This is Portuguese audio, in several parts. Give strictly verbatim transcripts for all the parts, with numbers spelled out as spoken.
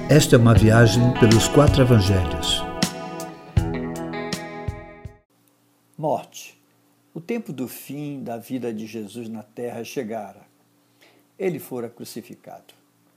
Esta é uma viagem pelos quatro evangelhos. Morte. O tempo do fim da vida de Jesus na terra chegara. Ele fora crucificado.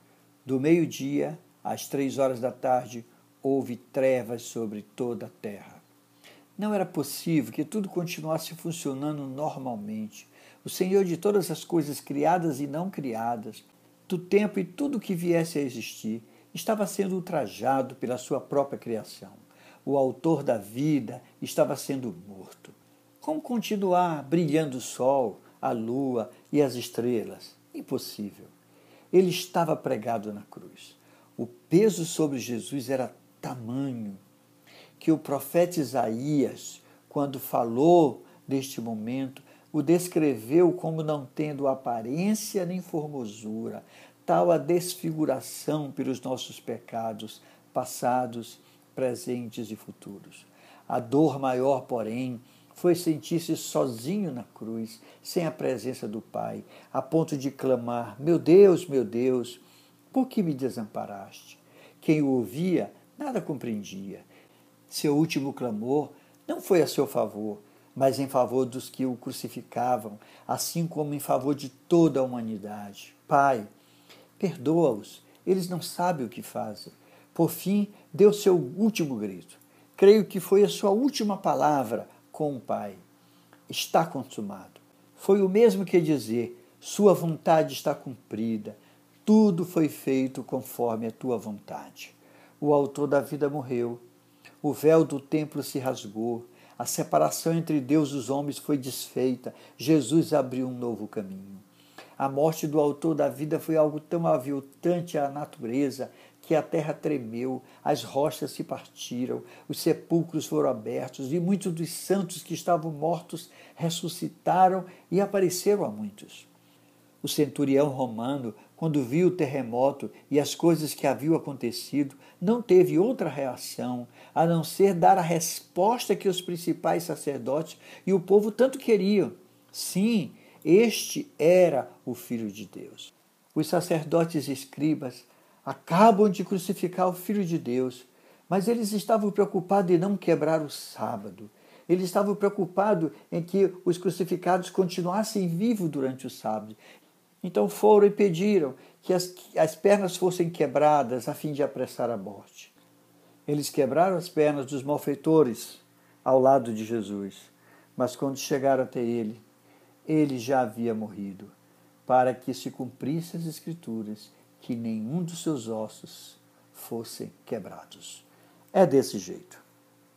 Do meio-dia às três horas da tarde, houve trevas sobre toda a terra. Não era possível que tudo continuasse funcionando normalmente. O Senhor de todas as coisas criadas e não criadas, do tempo e tudo que viesse a existir, estava sendo ultrajado pela sua própria criação. O autor da vida estava sendo morto. Como continuar brilhando o sol, a lua e as estrelas? Impossível. Ele estava pregado na cruz. O peso sobre Jesus era tamanho que o profeta Isaías, quando falou deste momento, o descreveu como não tendo aparência nem formosura, tal a desfiguração pelos nossos pecados, passados, presentes e futuros. A dor maior, porém, foi sentir-se sozinho na cruz, sem a presença do Pai, a ponto de clamar: meu Deus, meu Deus, por que me desamparaste? Quem o ouvia nada compreendia. Seu último clamor não foi a seu favor, mas em favor dos que o crucificavam, assim como em favor de toda a humanidade. Pai, perdoa-os, eles não sabem o que fazem. Por fim, deu seu último grito. Creio que foi a sua última palavra com o Pai. Está consumado. Foi o mesmo que dizer: sua vontade está cumprida, tudo foi feito conforme a tua vontade. O autor da vida morreu. O véu do templo se rasgou, a separação entre Deus e os homens foi desfeita, Jesus abriu um novo caminho. A morte do autor da vida foi algo tão aviltante à natureza que a terra tremeu, as rochas se partiram, os sepulcros foram abertos e muitos dos santos que estavam mortos ressuscitaram e apareceram a muitos. O centurião romano, quando viu o terremoto e as coisas que haviam acontecido, não teve outra reação a não ser dar a resposta que os principais sacerdotes e o povo tanto queriam. Sim, este era o Filho de Deus. Os sacerdotes e escribas acabam de crucificar o Filho de Deus, mas eles estavam preocupados em não quebrar o sábado. Eles estavam preocupados em que os crucificados continuassem vivos durante o sábado. Então foram e pediram que as, as pernas fossem quebradas a fim de apressar a morte. Eles quebraram as pernas dos malfeitores ao lado de Jesus, mas quando chegaram até ele, ele já havia morrido, para que se cumprissem as Escrituras, que nenhum dos seus ossos fossem quebrados. É desse jeito.